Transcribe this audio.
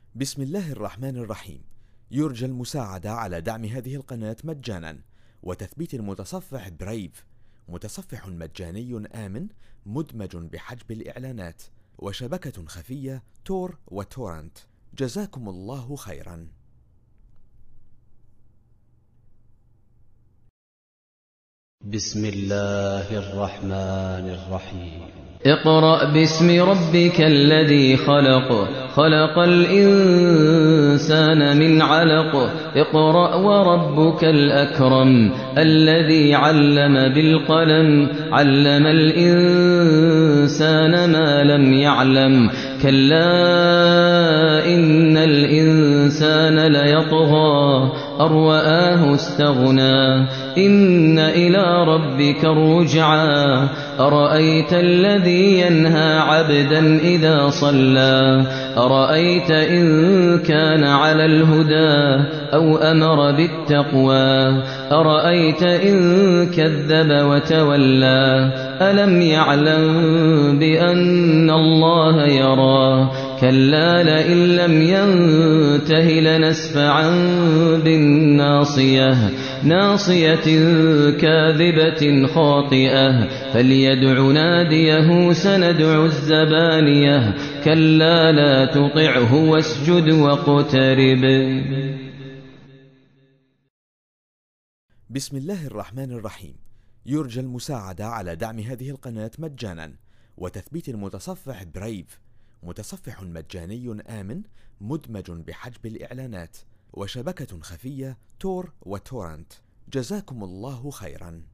بسم الله الرحمن الرحيم. يرجى المساعدة على دعم هذه القناة مجانا وتثبيت المتصفح برايف، متصفح مجاني آمن مدمج بحجب الإعلانات وشبكة خفية تور وتورنت. جزاكم الله خيرا. بسم الله الرحمن الرحيم. اقرأ باسم ربك الذي خلق، خلق الإنسان من علق. اقرأ وربك الأكرم الذي علم بالقلم، علم الإنسان ما لم يعلم. كلا إن الإنسان ليطغى أن رآه استغنى، إن إلى ربك الرجعى. أرأيت الذي ينهى عبدا إذا صلى، أرأيت إن كان على الهدى أو أمر بالتقوى، أرأيت إن كذب وتولى. ألم يعلم بأن الله يرى؟ كلا لئن لم ينته لنسفعا بالناصية، ناصية كاذبة خاطئة. فليدع ناديه سندع الزبانية. كلا لا تطعه واسجد واقترب. بسم الله الرحمن الرحيم. يرجى المساعدة على دعم هذه القناة مجانا وتثبيت المتصفح برايف، متصفح مجاني آمن مدمج بحجب الإعلانات وشبكة خفية تور وتورنت. جزاكم الله خيرا.